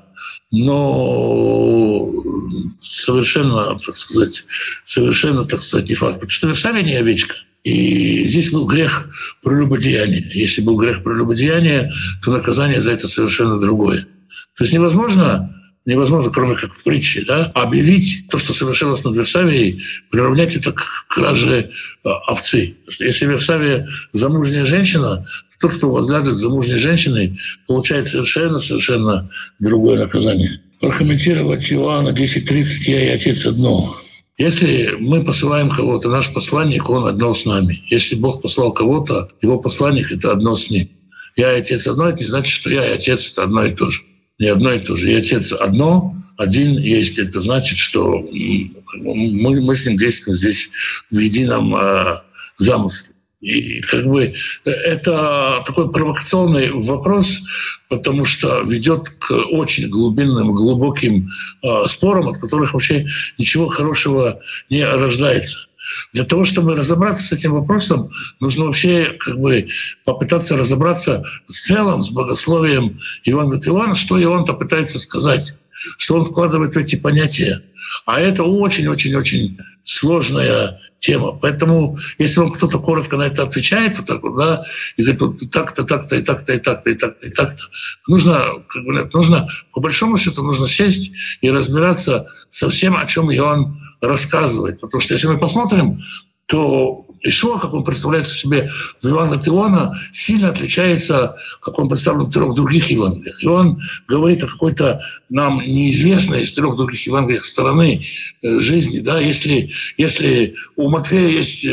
Но совершенно, так сказать, совершенно, так сказать, не факт. Потому что Версавия не овечка. И здесь был грех прелюбодеяния. Если был грех прелюбодеяния, то наказание за это совершенно другое. То есть невозможно, невозможно, кроме как в притче, да, объявить то, что совершилось над Версавией, приравнять это к краже овцы. Потому что если Версавия замужняя женщина, то тот, кто возглавит замужней женщиной, получает совершенно, совершенно другое наказание. Прокомментировать Иоанна десять тридцать «Я и Отец одно». Если мы посылаем кого-то, наш посланник, он одно с нами. Если Бог послал кого-то, его посланник — это одно с ним. Я и Отец одно — это не значит, что я и Отец — это одно и то же. Не одно и то же. И Отец одно, один есть. Это значит, что мы, мы с ним действуем здесь в едином э, замысле. И как бы это такой провокационный вопрос, потому что ведет к очень глубинным, глубоким э, спорам, от которых вообще ничего хорошего не рождается. Для того, чтобы разобраться с этим вопросом, нужно вообще как бы попытаться разобраться в целом с богословием Евангелия от Иоанна, что Иоанн-то пытается сказать, что он вкладывает в эти понятия. А это очень-очень-очень сложная тема. Поэтому, если вам кто-то коротко на это отвечает, вот так вот, да, и говорит, вот так-то, так-то, и так-то, и так-то, и так-то, и так-то, нужно, как бы, нужно, по большому счету, нужно сесть и разбираться со всем, о чем Иоанн рассказывает. Потому что если мы посмотрим, то Ишуа, как он представляется себе в Евангелии от Иоанна, сильно отличается, как он представлен в трех других Евангелиях. И он говорит о какой-то нам неизвестной из трех других Евангелиях стороны жизни. Да? Если, если у Матфея есть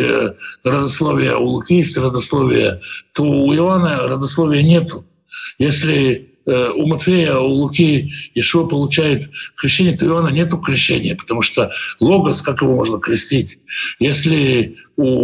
родословие, у Луки есть родословие, то у Иоанна родословия нету. Если э, у Матфея, у Луки Иешуа получает крещение, то у Иоанна нету крещения, потому что логос, как его можно крестить? Если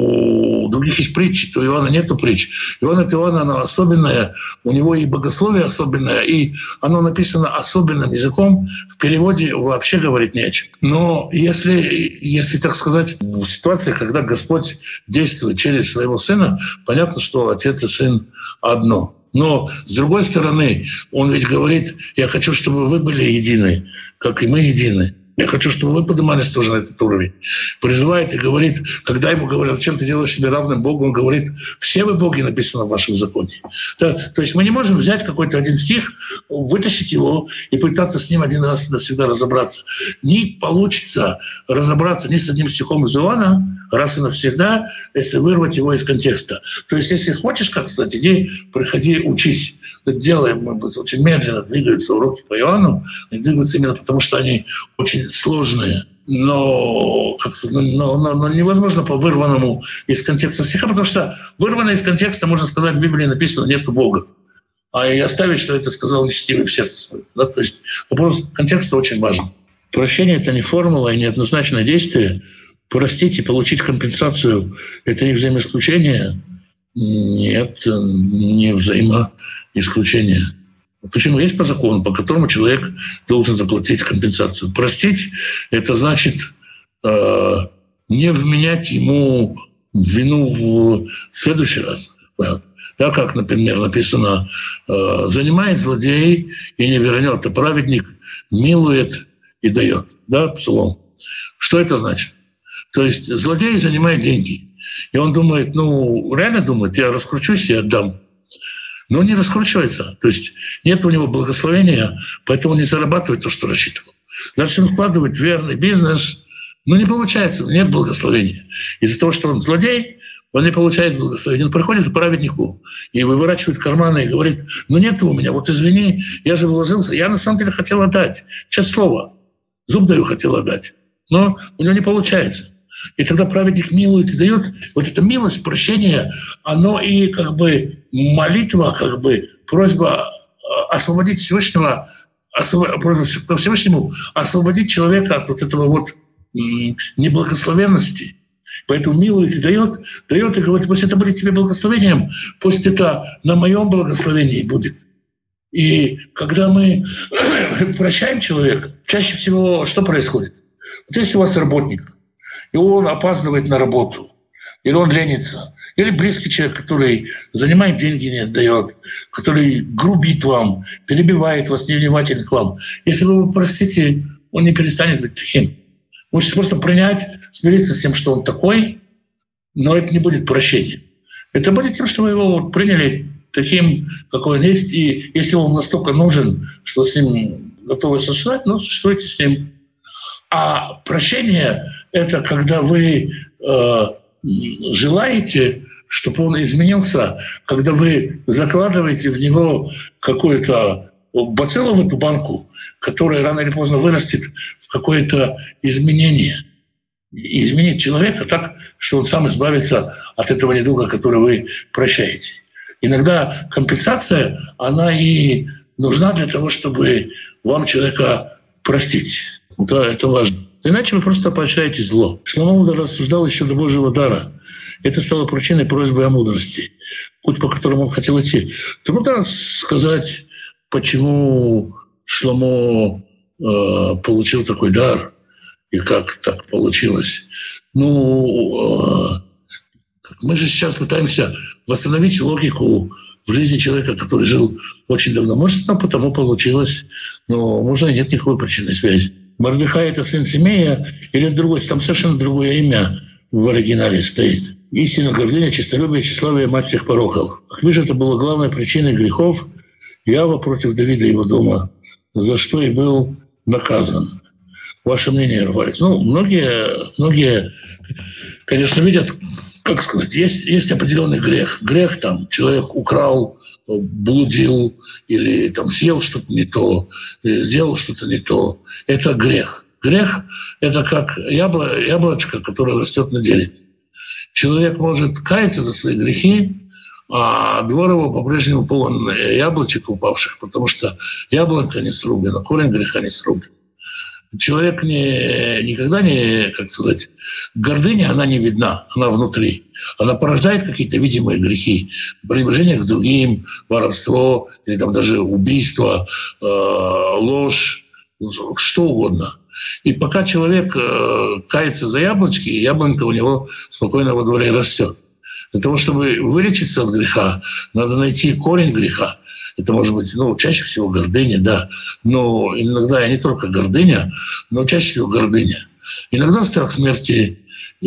у других есть притчи, то у Иоанна нету притч. Иоанн это Иоанн, оно особенное, у него и богословие особенное, и оно написано особенным языком, в переводе вообще говорить не о чем. Но если, если так сказать, в ситуации, когда Господь действует через своего Сына, понятно, что Отец и Сын одно. Но, с другой стороны, Он ведь говорит: «Я хочу, чтобы вы были едины, как и мы едины». Я хочу, чтобы вы поднимались тоже на этот уровень. Призывает и говорит, когда ему говорят: зачем ты делаешь себя равным Богу, он говорит: все вы боги, написано в вашем законе. Да, то есть мы не можем взять какой-то один стих, вытащить его и пытаться с ним один раз навсегда разобраться. Не получится разобраться ни с одним стихом из Иоанна раз и навсегда, если вырвать его из контекста. То есть если хочешь, как сказать, иди, приходи, учись. Делаем, мы очень медленно двигаются уроки по Иоанну, они двигаются именно потому, что они очень сложные. Но, как, но, но, но невозможно по вырванному из контекста стиха, потому что вырванное из контекста, можно сказать, в Библии написано: «Нету Бога». А и оставить, что это сказал нечестивый в сердце своем. Да? То есть вопрос контекста очень важен. Прощение — это не формула и не однозначное действие. Простить и получить компенсацию — это не взаимоисключение. Нет, не взаимоисключение. Почему? Есть по закону, по которому человек должен заплатить компенсацию. Простить — это значит э, не вменять ему вину в следующий раз. Да, как, например, написано: э, «Занимает злодей и не вернет, а праведник милует и дает». Да, псалом. Что это значит? То есть злодей занимает деньги. И он думает, ну, реально думает, я раскручусь и отдам. Но он не раскручивается. То есть нет у него благословения, поэтому он не зарабатывает то, что рассчитывал. Дальше он вкладывает в верный бизнес, но не получается, нет благословения. Из-за того, что он злодей, он не получает благословения. Он приходит к праведнику и выворачивает карманы и говорит: ну нет у меня, вот извини, я же вложился, я на самом деле хотел отдать, честное слово, зуб даю, хотел отдать, но у него не получается. И тогда праведник милует и дает. Вот эта милость, прощение, оно и как бы молитва, как бы просьба освободить Всевышнего, просьба ко Всевышнему освободить человека от вот этого вот неблагословенности. Поэтому милует и дает, дает и говорит: пусть это будет тебе благословением, пусть это на моем благословении будет. И когда мы прощаем человека, чаще всего что происходит? Вот если у вас работник, и он опаздывает на работу, или он ленится, или близкий человек, который занимает деньги, не отдает, который грубит вам, перебивает вас, невнимателен к вам. Если вы его простите, он не перестанет быть таким. Вы можете просто принять, смириться с тем, что он такой, но это не будет прощением. Это будет тем, что вы его приняли таким, какой он есть, и если он настолько нужен, что с ним готовы существовать, ну, существуйте с ним. А прощение — это когда вы э, желаете, чтобы он изменился, когда вы закладываете в него какую-то бациллу в эту банку, которая рано или поздно вырастет в какое-то изменение. И изменить человека так, что он сам избавится от этого недуга, который вы прощаете. Иногда компенсация, она и нужна для того, чтобы вам человека простить. Да, это важно. Иначе вы просто поощряете зло. Шломо рассуждал еще до Божьего дара. Это стало причиной просьбы о мудрости. Путь, по которому он хотел идти. Трудно сказать, почему Шломо э, получил такой дар и как так получилось. Ну, э, мы же сейчас пытаемся восстановить логику в жизни человека, который жил очень давно. Может, это потому получилось, но, может, нет никакой причинной связи. Мордехай — это сын Симея или другой, там совершенно другое имя в оригинале стоит. Истина, гордыня, честолюбие, тщеславие — мать всех пороков. Как видишь, это было главной причиной грехов Иова против Давида и его дома, за что и был наказан. Ваше мнение, Рафаэль? Ну, многие, многие, конечно, видят, как сказать, есть, есть определенный грех. Грех там, человек украл, блудил или там съел что-то не то, или сделал что-то не то. Это грех. Грех — это как ябло, яблочко, которое растет на дереве. Человек может каяться за свои грехи, А двор его по-прежнему полон яблочек упавших, потому что яблонька не срублена, корень греха не срублен. Человек не, никогда не, как сказать, гордыня, она не видна, она внутри. Она порождает какие-то видимые грехи, пренебрежение к другим, воровство или там даже убийство, э, ложь, что угодно. И пока человек э, кается за яблочки, яблонька у него спокойно во дворе растет. Для того, чтобы вылечиться от греха, надо найти корень греха. Это может быть, ну, чаще всего гордыня, да. Но иногда и не только гордыня, но чаще всего гордыня. Иногда страх смерти,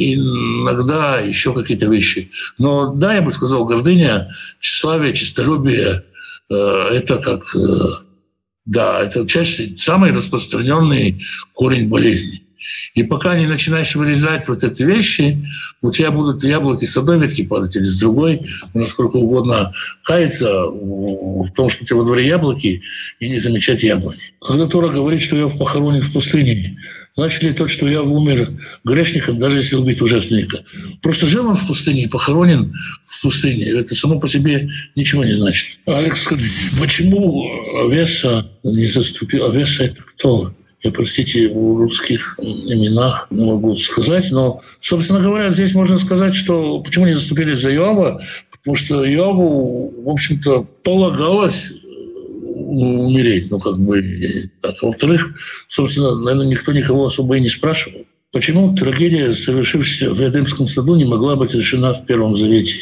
иногда еще какие-то вещи. Но да, я бы сказал, гордыня, тщеславие, честолюбие э, – это как… Э, да, это чаще самый распространенный корень болезни. И пока не начинаешь вырезать вот эти вещи, у тебя будут яблоки с одной ветки падать или с другой, можно сколько угодно каяться в том, что у тебя во дворе яблоки, и не замечать яблоки. Когда Тора говорит, что Иов похоронен в пустыне, значит ли то, что Иов умер грешником, даже если убить жертвенника? Просто жил он в пустыне и похоронен в пустыне. Это само по себе ничего не значит. Алекс, скажи, почему Авеса не заступил? Авеса – это кто? Я, простите, в русских именах не могу сказать, но, собственно говоря, здесь можно сказать, что почему не заступили за Иова, потому что Иову, в общем-то, полагалось умереть, ну, как бы так. Во-вторых, собственно, наверное, никто никого особо и не спрашивал. Почему трагедия, совершившаяся в Эдемском саду, не могла быть решена в Первом Завете?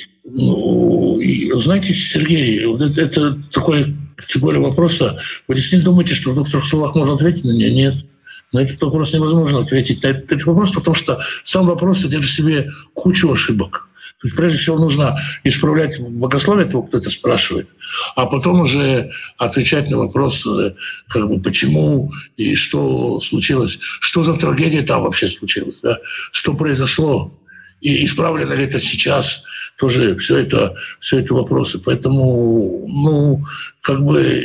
Ну, и, знаете, Сергей, вот это, это такой категория вопроса. Вы действительно думаете, что в двух словах можно ответить на нее? Нет. На этот вопрос невозможно ответить. На этот, этот вопрос, потому что сам вопрос содержит в себе кучу ошибок. То есть, прежде всего, нужно исправлять богословие того, кто это спрашивает, а потом уже отвечать на вопрос, как бы, почему и что случилось, что за трагедия там вообще случилась, да? Что произошло, и исправлено ли это сейчас, тоже все это, все это вопросы. Поэтому, ну, как бы,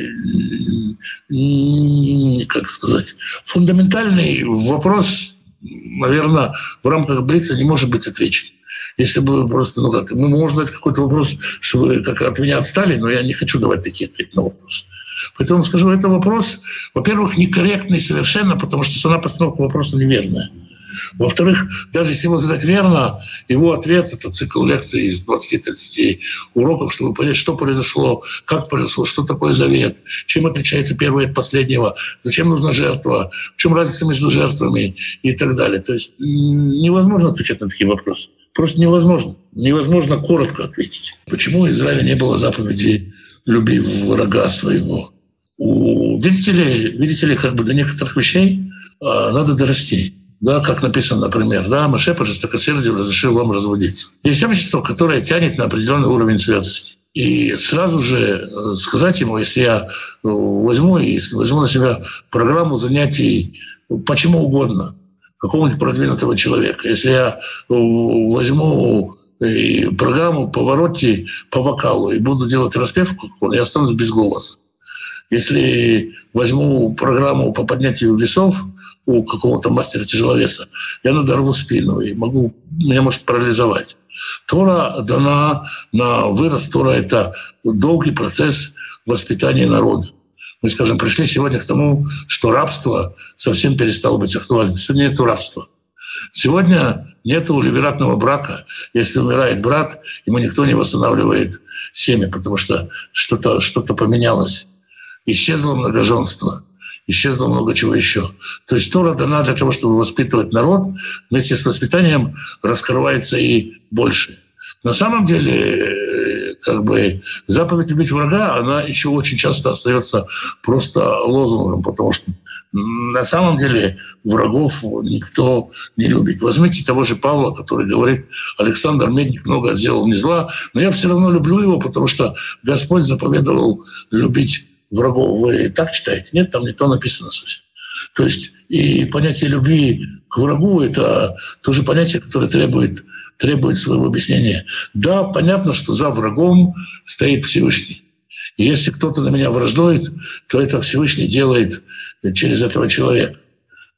как сказать, фундаментальный вопрос, наверное, в рамках Блица не может быть отвечен. Если бы просто, ну как, ну, можно дать какой-то вопрос, чтобы как от меня отстали, но я не хочу давать такие ответы на вопрос. Поэтому скажу, это вопрос, во-первых, некорректный совершенно, потому что сама постановка вопроса неверная. Во-вторых, даже если его задать верно, его ответ – это цикл лекций из двадцати-тридцати уроков, чтобы понять, что произошло, как произошло, что такое завет, чем отличается первый от последнего, зачем нужна жертва, в чем разница между жертвами и так далее. То есть невозможно отвечать на такие вопросы. Просто невозможно. Невозможно коротко ответить. Почему у Израиля не было заповеди «люби врага своего»? У, видите ли, видите ли, как бы до некоторых вещей а, надо дорасти. Да, как написано, например, да, Моше по жестокосердию разрешил вам разводиться. Есть общество, которое тянет на определенный уровень святости. И сразу же сказать ему, если я возьму, если возьму на себя программу занятий почему угодно, какого-нибудь продвинутого человека, если я возьму программу повороте по вокалу и буду делать распев, я останусь без голоса. Если возьму программу по поднятию весов у какого-то мастера-тяжеловеса, я надорву спину и могу, меня может парализовать. Тора дана на вырост. Тора – это долгий процесс воспитания народа. Мы, скажем, пришли сегодня к тому, что рабство совсем перестало быть актуальным. Сегодня нет рабства. Сегодня нет ливератного брака. Если умирает брат, ему никто не восстанавливает семя, потому что что-то, что-то поменялось. Исчезло многоженство, исчезло много чего еще. То есть Тора дана для того, чтобы воспитывать народ. Вместе с воспитанием раскрывается и больше. На самом деле, как бы, заповедь любить врага, она еще очень часто остается просто лозунгом, потому что на самом деле врагов никто не любит. Возьмите того же Павла, который говорит: Александр Медник много сделал мне зла, но я все равно люблю его, потому что Господь заповедовал любить врагов. Вы так читаете? Нет, там не то написано совсем. То есть и понятие любви к врагу – это тоже понятие, которое требует, требует своего объяснения. Да, понятно, что за врагом стоит Всевышний. И если кто-то на меня враждует, то это Всевышний делает через этого человека.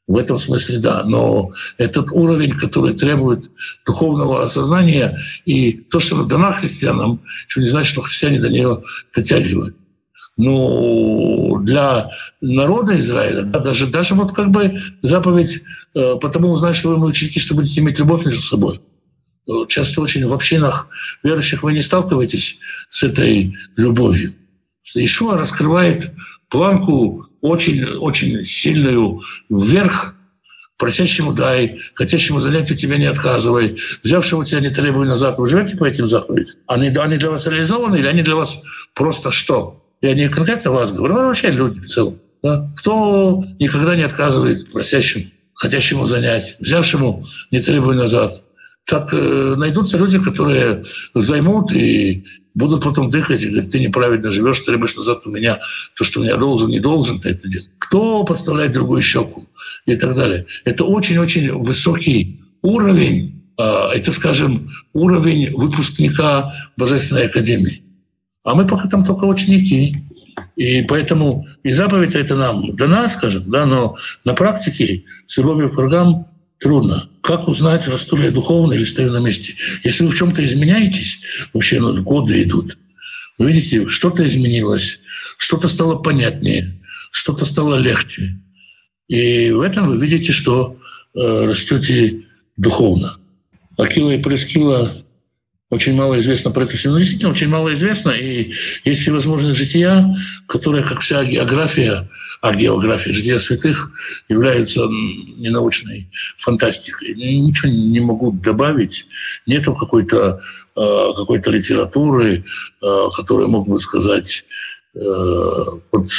В этом смысле да. Но этот уровень, который требует духовного осознания, и то, что она дана христианам, еще не значит, что христиане до нее дотягивают. Но для народа Израиля, да, даже, даже вот как бы заповедь э, «потому узнать, что вы мои ученики, что будете иметь любовь между собой». Часто очень в общинах верующих вы не сталкиваетесь с этой любовью. Иешуа раскрывает планку очень, очень сильную вверх: просящему дай, хотящему занять у тебя не отказывай, взявшему тебя не требуй назад. Вы живете по этим заповедям? Они, они для вас реализованы или они для вас просто что? Я не конкретно вас говорю, а вообще люди в целом. Да? Кто никогда не отказывает просящему, хотящему занять, взявшему не требуй назад? Так э, найдутся люди, которые займут и будут потом дыхать и говорить: ты неправильно живешь, требуешь назад у меня то, что я должен, не должен ты это делать. Кто подставляет другую щеку и так далее. Это очень-очень высокий уровень, э, это, скажем, уровень выпускника Божественной Академии. А мы пока там только ученики. И поэтому и заповедь это нам дана, скажем, да, но на практике с любовью к врагам трудно. Как узнать, расту ли я духовно или стою на месте? Если вы в чем-то изменяетесь, вообще ну, годы идут, вы видите, что-то изменилось, что-то стало понятнее, что-то стало легче. И в этом вы видите, что э, растете духовно. Акила и Прескила очень мало известно про это все. Но действительно очень мало известно, и есть всевозможные жития, которые, как вся география, а география, жития святых, являются ненаучной фантастикой. Ничего не могу добавить. Нету какой-то, какой-то литературы, которая мог бы сказать, вот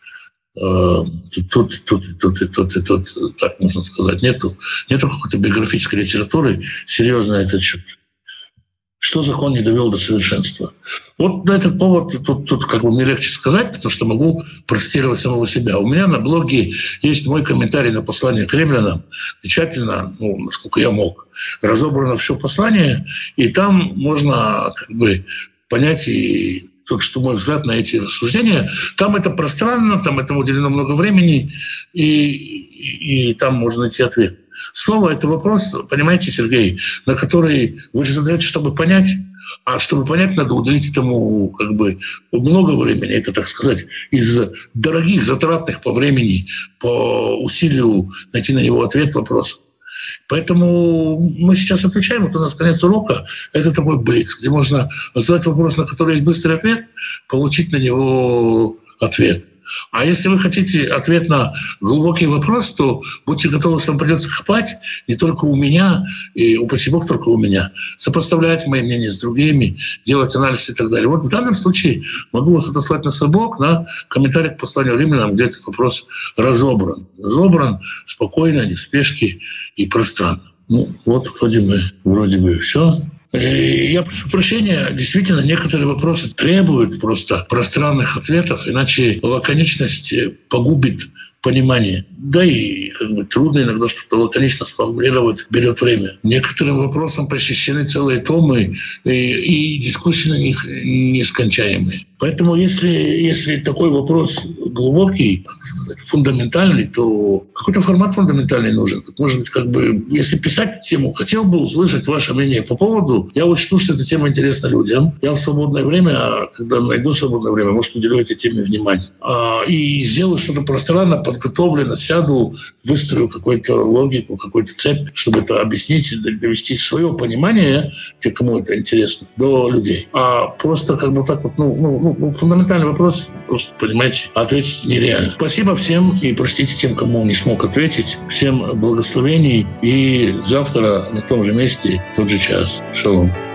тут, тут, тут, и тут, и тут, так можно сказать. Нету, нету какой-то биографической литературы серьезной на этот счет. Что закон не довел до совершенства? Вот на этот повод тут, тут как бы мне легче сказать, потому что могу процитировать самого себя. У меня на блоге есть мой комментарий на послание к римлянам. Тщательно, ну, насколько я мог, разобрано все послание, и там можно как бы понять и только что мой взгляд на эти рассуждения. Там это пространно, там этому уделено много времени, и, и, и там можно найти ответ. Слово — это вопрос, понимаете, Сергей, на который вы же задаете, чтобы понять, а чтобы понять, надо уделить этому как бы много времени. Это, так сказать, из дорогих, затратных по времени, по усилию найти на него ответ вопрос. Поэтому мы сейчас отвечаем, вот у нас конец урока, это такой блиц, где можно задать вопрос, на который есть быстрый ответ, получить на него ответ. А если вы хотите ответ на глубокий вопрос, то будьте готовы, что вам придется копать не только у меня, и упаси Бог, только у меня, сопоставлять мои мнения с другими, делать анализ и так далее. Вот в данном случае могу вас отослать на свой блог, на комментарий к посланию римлянам, где этот вопрос разобран. Разобран спокойно, не в спешке и пространно. Ну вот вроде бы, вроде бы все. Я прошу прощения, действительно, некоторые вопросы требуют просто пространных ответов, иначе лаконичность погубит понимание. Да и как бы трудно иногда что-то лаконично сформулировать, берет время. Некоторым вопросам посвящены целые томы, и, и дискуссии на них нескончаемые. Поэтому если, если такой вопрос глубокий, как сказать, фундаментальный, то какой-то формат фундаментальный нужен. Может быть, как бы, если писать тему, хотел бы услышать ваше мнение по поводу, я учту, что эта тема интересна людям. Я в свободное время, когда найду свободное время, может, уделю этой теме внимание. А, и сделаю что-то пространно, подготовлено, сяду, выстрою какую-то логику, какую-то цепь, чтобы это объяснить, довести свое понимание, те, кому это интересно, до людей. А просто как бы так вот, ну, ну, ну фундаментальный вопрос, просто, понимаете, ответить нереально. Спасибо всем и простите тем, кому не смог ответить. Всем благословений и завтра на том же месте, в тот же час. Шалом.